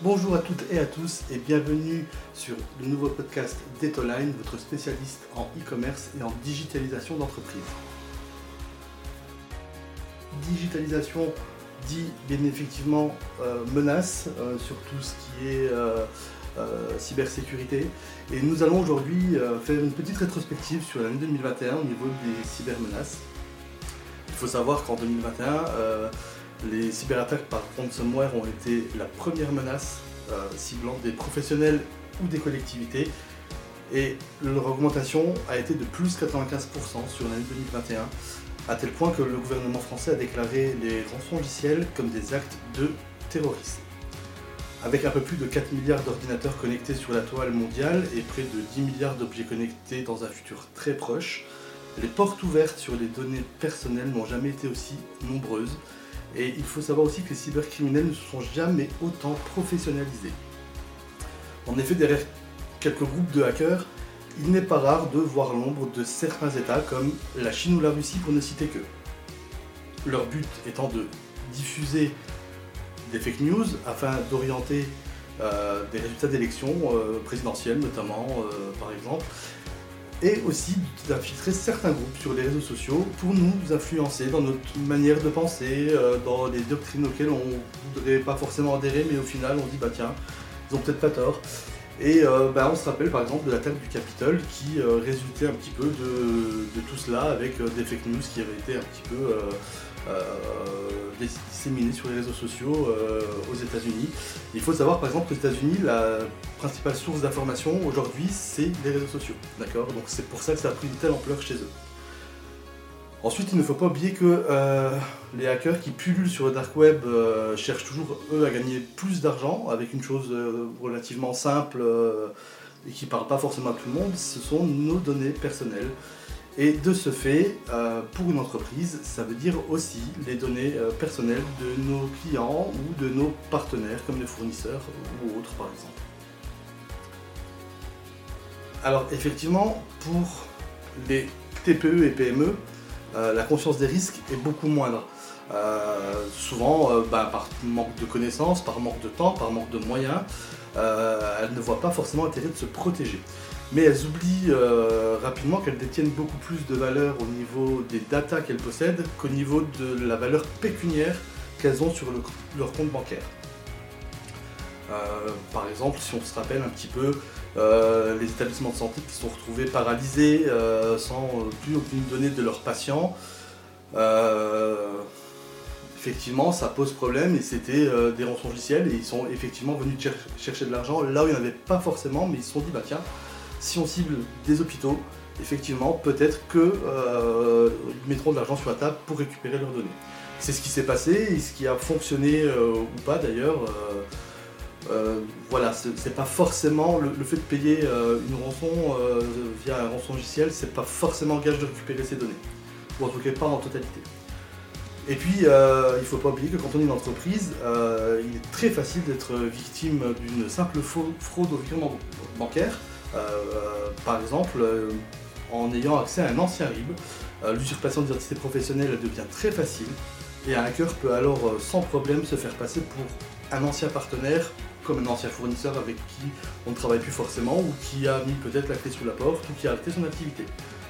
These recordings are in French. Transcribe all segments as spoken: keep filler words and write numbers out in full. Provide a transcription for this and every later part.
Bonjour à toutes et à tous et bienvenue sur le nouveau podcast d'Etoline, votre spécialiste en e-commerce et en digitalisation d'entreprise. Digitalisation dit bien effectivement euh, menace euh, sur tout ce qui est euh, euh, cybersécurité, et nous allons aujourd'hui euh, faire une petite rétrospective sur l'année deux mille vingt et un au niveau des cybermenaces. Il faut savoir qu'en deux mille vingt et un, euh, les cyberattaques par ransomware ont été la première menace euh, ciblant des professionnels ou des collectivités, et leur augmentation a été de plus quatre-vingt-quinze pour cent sur l'année deux mille vingt et un, à tel point que le gouvernement français a déclaré les rançongiciels comme des actes de terrorisme. Avec un peu plus de quatre milliards d'ordinateurs connectés sur la toile mondiale et près de dix milliards d'objets connectés dans un futur très proche, les portes ouvertes sur les données personnelles n'ont jamais été aussi nombreuses. Et il faut savoir aussi que les cybercriminels ne se sont jamais autant professionnalisés. En effet, derrière quelques groupes de hackers, il n'est pas rare de voir l'ombre de certains États comme la Chine ou la Russie pour ne citer qu'eux. Leur but étant de diffuser des fake news afin d'orienter euh, des résultats d'élections euh, présidentielles notamment euh, par exemple, et aussi d'infiltrer certains groupes sur les réseaux sociaux pour nous influencer dans notre manière de penser, euh, dans les doctrines auxquelles on ne voudrait pas forcément adhérer, mais au final on dit bah tiens, ils ont peut-être pas tort. Et euh, bah, on se rappelle par exemple de l'attaque du Capitole qui euh, résultait un petit peu de, de tout cela, avec euh, des fake news qui avaient été un petit peu euh, euh, disséminées sur les réseaux sociaux euh, aux États-Unis. Il faut savoir par exemple qu'aux États-Unis, la principale source d'information aujourd'hui, c'est les réseaux sociaux. D'accord ? Donc c'est pour ça que ça a pris une telle ampleur chez eux. Ensuite, il ne faut pas oublier que euh, les hackers qui pullulent sur le dark web euh, cherchent toujours, eux, à gagner plus d'argent avec une chose euh, relativement simple euh, et qui ne parle pas forcément à tout le monde, ce sont nos données personnelles. Et de ce fait, euh, pour une entreprise, ça veut dire aussi les données euh, personnelles de nos clients ou de nos partenaires, comme les fournisseurs ou autres par exemple. Alors effectivement, pour les T P E et P M E, euh, la conscience des risques est beaucoup moindre. Euh, souvent, euh, bah, par manque de connaissances, par manque de temps, par manque de moyens, euh, elles ne voient pas forcément l'intérêt de se protéger. Mais elles oublient euh, rapidement qu'elles détiennent beaucoup plus de valeur au niveau des datas qu'elles possèdent qu'au niveau de la valeur pécuniaire qu'elles ont sur le, leur compte bancaire. Euh, par exemple, si on se rappelle un petit peu euh, les établissements de santé qui se sont retrouvés paralysés euh, sans plus aucune donnée de leurs patients, euh, effectivement ça pose problème, et c'était euh, des rançongiciels, et ils sont effectivement venus cher- chercher de l'argent là où il n'y en avait pas forcément, mais ils se sont dit bah tiens, si on cible des hôpitaux, effectivement, peut-être qu'ils euh, mettront de l'argent sur la table pour récupérer leurs données. C'est ce qui s'est passé, et ce qui a fonctionné euh, ou pas d'ailleurs. Euh, euh, voilà, c'est, c'est pas forcément le, le fait de payer euh, une rançon euh, via un rançongiciel, c'est pas forcément gage de récupérer ses données, ou en tout cas pas en totalité. Et puis, euh, il ne faut pas oublier que quand on est une entreprise, euh, il est très facile d'être victime d'une simple fraude au virement bancaire. Euh, par exemple, euh, en ayant accès à un ancien R I B, euh, l'usurpation d'identité professionnelle elle devient très facile, et un hacker peut alors euh, sans problème se faire passer pour un ancien partenaire, comme un ancien fournisseur avec qui on ne travaille plus forcément, ou qui a mis peut-être la clé sous la porte, ou qui a arrêté son activité.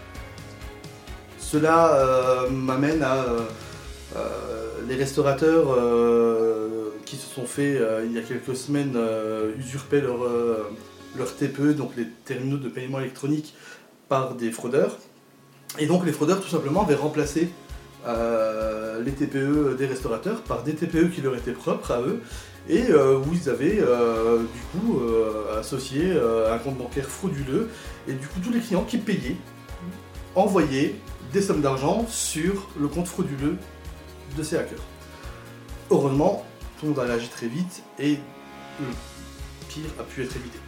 Cela euh, m'amène à euh, euh, les restaurateurs euh, qui se sont fait euh, il y a quelques semaines euh, usurper leur... Euh, leur T P E, donc les terminaux de paiement électronique, par des fraudeurs. Et donc les fraudeurs tout simplement avaient remplacé euh, les T P E des restaurateurs par des T P E qui leur étaient propres à eux, et euh, où ils avaient euh, du coup euh, associé euh, un compte bancaire frauduleux, et du coup tous les clients qui payaient envoyaient des sommes d'argent sur le compte frauduleux de ces hackers. Heureusement, tout le monde a réagi très vite, et le pire a pu être évité.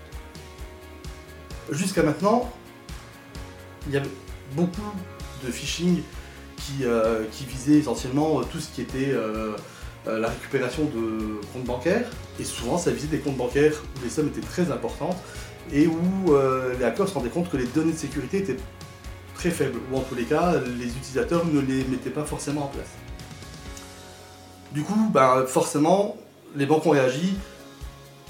Jusqu'à maintenant, il y avait beaucoup de phishing qui, euh, qui visait essentiellement tout ce qui était euh, la récupération de comptes bancaires, et souvent ça visait des comptes bancaires où les sommes étaient très importantes et où euh, les hackers se rendaient compte que les données de sécurité étaient très faibles, ou en tous les cas les utilisateurs ne les mettaient pas forcément en place. Du coup, bah, forcément, les banques ont réagi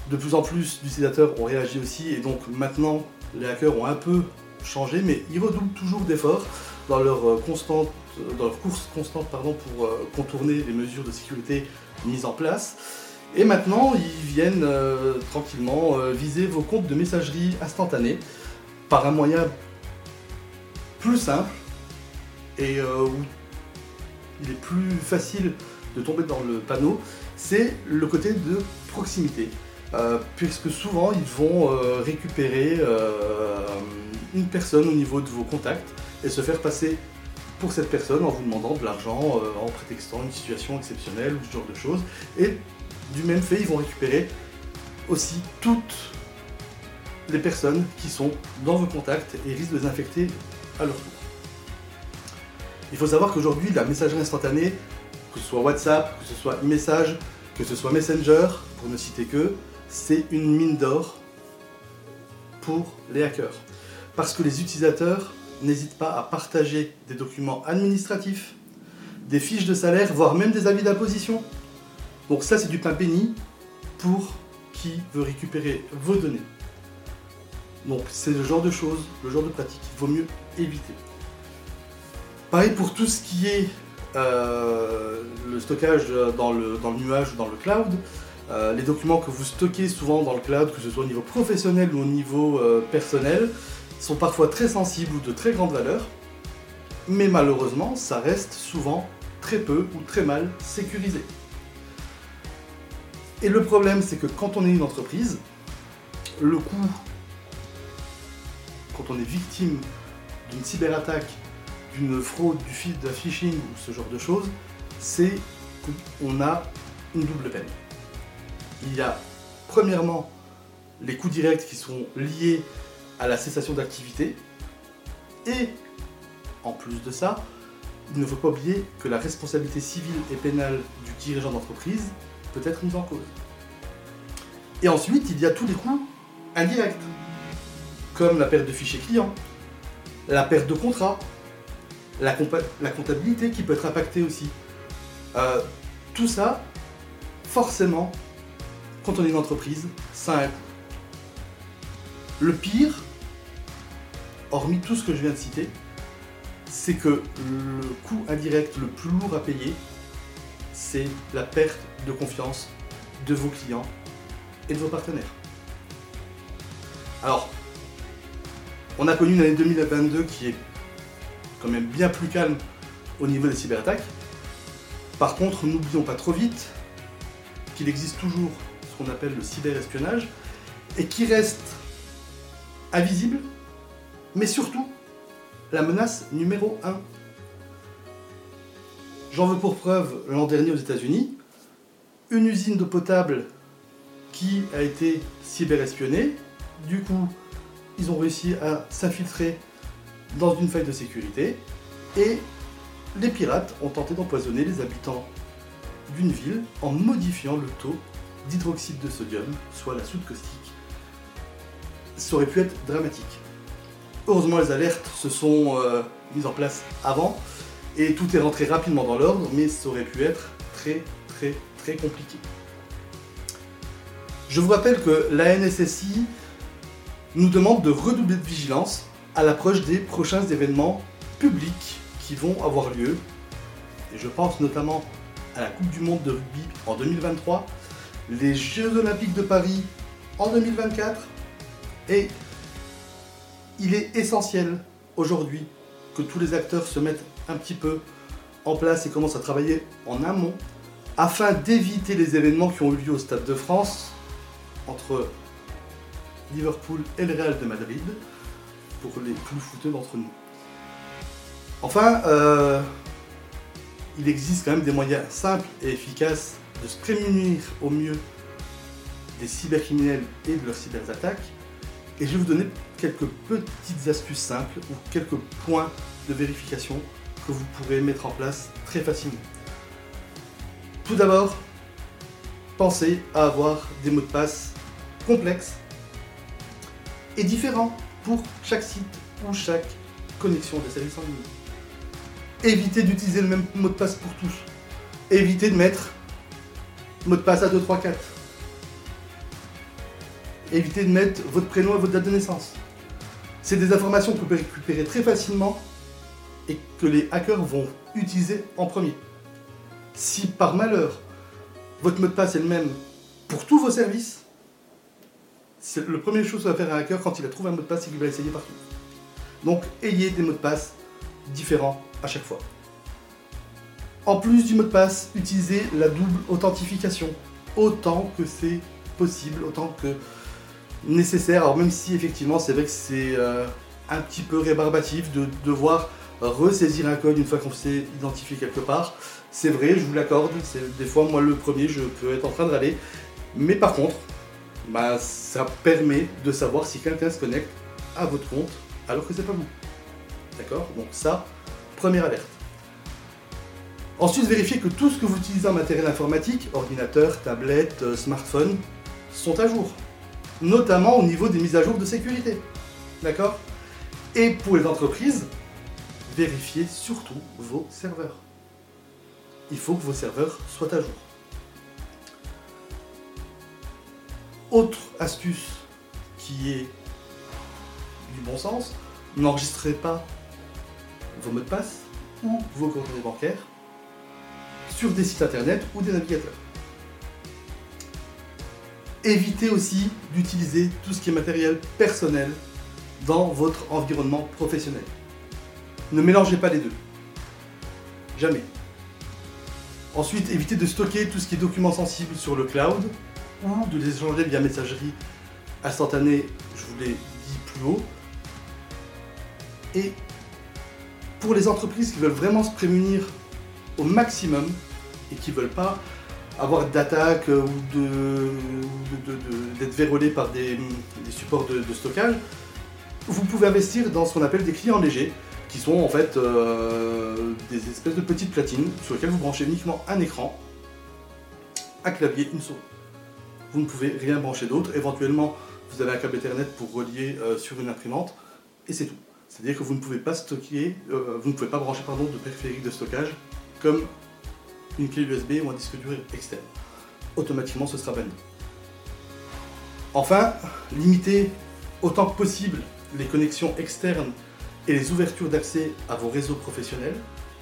De plus en plus d'utilisateurs ont réagi aussi, et donc maintenant les hackers ont un peu changé, mais ils redoublent toujours d'efforts dans leur, constante, dans leur course constante pardon, pour contourner les mesures de sécurité mises en place. Et maintenant, ils viennent euh, tranquillement euh, viser vos comptes de messagerie instantanée par un moyen plus simple et euh, où il est plus facile de tomber dans le panneau, c'est le côté de proximité. Euh, puisque souvent ils vont euh, récupérer euh, une personne au niveau de vos contacts et se faire passer pour cette personne en vous demandant de l'argent, euh, en prétextant une situation exceptionnelle ou ce genre de choses. Et du même fait, ils vont récupérer aussi toutes les personnes qui sont dans vos contacts et risquent de les infecter à leur tour. Il faut savoir qu'aujourd'hui, la messagerie instantanée, que ce soit WhatsApp, que ce soit e-message, que ce soit Messenger, pour ne citer que, c'est une mine d'or pour les hackers. Parce que les utilisateurs n'hésitent pas à partager des documents administratifs, des fiches de salaire, voire même des avis d'imposition. Donc ça, c'est du pain béni pour qui veut récupérer vos données. Donc c'est le genre de choses, le genre de pratique qu'il vaut mieux éviter. Pareil pour tout ce qui est euh, le stockage dans le, dans le nuage ou dans le cloud. Euh, les documents que vous stockez souvent dans le cloud, que ce soit au niveau professionnel ou au niveau euh, personnel, sont parfois très sensibles ou de très grande valeur, mais malheureusement, ça reste souvent très peu ou très mal sécurisé. Et le problème, c'est que quand on est une entreprise, le coût, quand on est victime d'une cyberattaque, d'une fraude, du d'un phishing ou ce genre de choses, c'est qu'on a une double peine. Il y a premièrement les coûts directs qui sont liés à la cessation d'activité, et en plus de ça, il ne faut pas oublier que la responsabilité civile et pénale du dirigeant d'entreprise peut être mise en cause. Et ensuite, il y a tous les coûts indirects, comme la perte de fichiers clients, la perte de contrats, la, la comptabilité qui peut être impactée aussi. Euh, tout ça, forcément, quand on est une entreprise, ça a un coût. Le pire, hormis tout ce que je viens de citer, c'est que le coût indirect le plus lourd à payer, c'est la perte de confiance de vos clients et de vos partenaires. Alors, on a connu une année deux mille vingt-deux qui est quand même bien plus calme au niveau des cyberattaques. Par contre, n'oublions pas trop vite qu'il existe toujours ce qu'on appelle le cyberespionnage et qui reste invisible, mais surtout la menace numéro un. J'en veux pour preuve l'an dernier aux États-Unis, une usine d'eau potable qui a été cyberespionnée. Du coup, ils ont réussi à s'infiltrer dans une faille de sécurité et les pirates ont tenté d'empoisonner les habitants d'une ville en modifiant le taux d'hydroxyde de sodium, soit la soude caustique. Ça aurait pu être dramatique. Heureusement, les alertes se sont euh, mises en place avant et tout est rentré rapidement dans l'ordre, mais ça aurait pu être très très très compliqué. Je vous rappelle que la N S S I nous demande de redoubler de vigilance à l'approche des prochains événements publics qui vont avoir lieu. Et je pense notamment à la Coupe du Monde de rugby en deux mille vingt-trois, les Jeux Olympiques de Paris en deux mille vingt-quatre, et il est essentiel aujourd'hui que tous les acteurs se mettent un petit peu en place et commencent à travailler en amont afin d'éviter les événements qui ont eu lieu au Stade de France entre Liverpool et le Real de Madrid, pour les plus fouteux d'entre nous. Enfin, euh, il existe quand même des moyens simples et efficaces de se prémunir au mieux des cybercriminels et de leurs cyberattaques. Et je vais vous donner quelques petites astuces simples ou quelques points de vérification que vous pourrez mettre en place très facilement. Tout d'abord, pensez à avoir des mots de passe complexes et différents pour chaque site ou chaque connexion des services en ligne. Évitez d'utiliser le même mot de passe pour tous. Évitez de mettre mot de passe à deux, trois, quatre. évitez de mettre votre prénom et votre date de naissance. C'est des informations que vous pouvez récupérer très facilement et que les hackers vont utiliser en premier. Si par malheur, votre mot de passe est le même pour tous vos services, c'est la première chose que va faire un hacker quand il a trouvé un mot de passe, c'est qu'il va essayer partout. Donc, ayez des mots de passe différents à chaque fois. En plus du mot de passe, utilisez la double authentification, autant que c'est possible, autant que nécessaire. Alors même si effectivement c'est vrai que c'est euh, un petit peu rébarbatif de devoir ressaisir un code une fois qu'on s'est identifié quelque part, c'est vrai, je vous l'accorde, des fois moi le premier je peux être en train de râler, mais par contre, bah, ça permet de savoir si quelqu'un se connecte à votre compte alors que c'est pas vous. D'accord? Donc ça, première alerte. Ensuite, vérifiez que tout ce que vous utilisez en matériel informatique, ordinateur, tablette, euh, smartphone, sont à jour. Notamment au niveau des mises à jour de sécurité. D'accord? Et pour les entreprises, vérifiez surtout vos serveurs. Il faut que vos serveurs soient à jour. Autre astuce qui est du bon sens, n'enregistrez pas vos mots de passe ou vos coordonnées bancaires sur des sites internet ou des navigateurs. Évitez aussi d'utiliser tout ce qui est matériel personnel dans votre environnement professionnel. Ne mélangez pas les deux. Jamais. Ensuite, évitez de stocker tout ce qui est documents sensibles sur le cloud ou de les échanger via messagerie instantanée, je vous l'ai dit plus haut. Et pour les entreprises qui veulent vraiment se prémunir au maximum et qui ne veulent pas avoir d'attaque ou de, de, de, de, d'être vérolés par des, des supports de, de stockage, vous pouvez investir dans ce qu'on appelle des clients légers, qui sont en fait euh, des espèces de petites platines sur lesquelles vous branchez uniquement un écran, un clavier, une souris. Vous ne pouvez rien brancher d'autre. Éventuellement, vous avez un câble Ethernet pour relier euh, sur une imprimante, et c'est tout. C'est-à-dire que vous ne pouvez pas stocker, euh, vous ne pouvez pas brancher pardon, de périphérique de stockage comme une clé U S B ou un disque dur externe. Automatiquement, ce sera banni. Enfin, limitez autant que possible les connexions externes et les ouvertures d'accès à vos réseaux professionnels.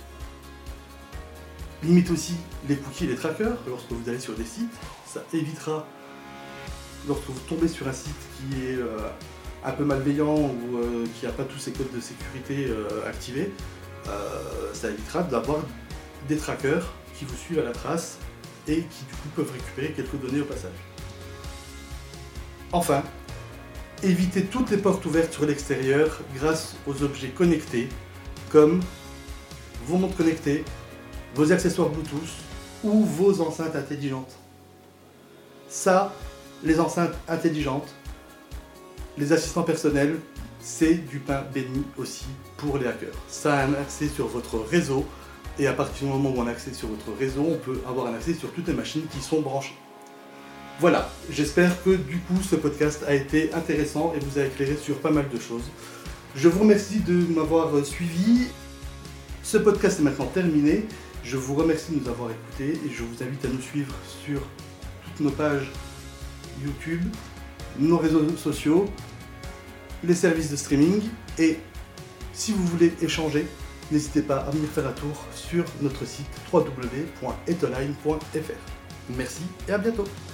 Limitez aussi les cookies et les trackers lorsque vous allez sur des sites. Ça évitera, lorsque vous tombez sur un site qui est euh, un peu malveillant ou euh, qui n'a pas tous ses codes de sécurité euh, activés, euh, ça évitera d'avoir des trackers qui vous suivent à la trace et qui du coup peuvent récupérer quelques données au passage. Enfin, évitez toutes les portes ouvertes sur l'extérieur grâce aux objets connectés comme vos montres connectées, vos accessoires Bluetooth ou vos enceintes intelligentes. Ça, les enceintes intelligentes, les assistants personnels, c'est du pain béni aussi pour les hackers. Ça a un accès sur votre réseau et à partir du moment où on a accès sur votre réseau, on peut avoir un accès sur toutes les machines qui sont branchées. Voilà, j'espère que du coup ce podcast a été intéressant et vous a éclairé sur pas mal de choses. Je vous remercie de m'avoir suivi. Ce podcast est maintenant terminé. Je vous remercie de nous avoir écoutés et je vous invite à nous suivre sur toutes nos pages YouTube, nos réseaux sociaux, les services de streaming et si vous voulez échanger, n'hésitez pas à venir faire un tour sur notre site w w w point etoline point f r. Merci et à bientôt.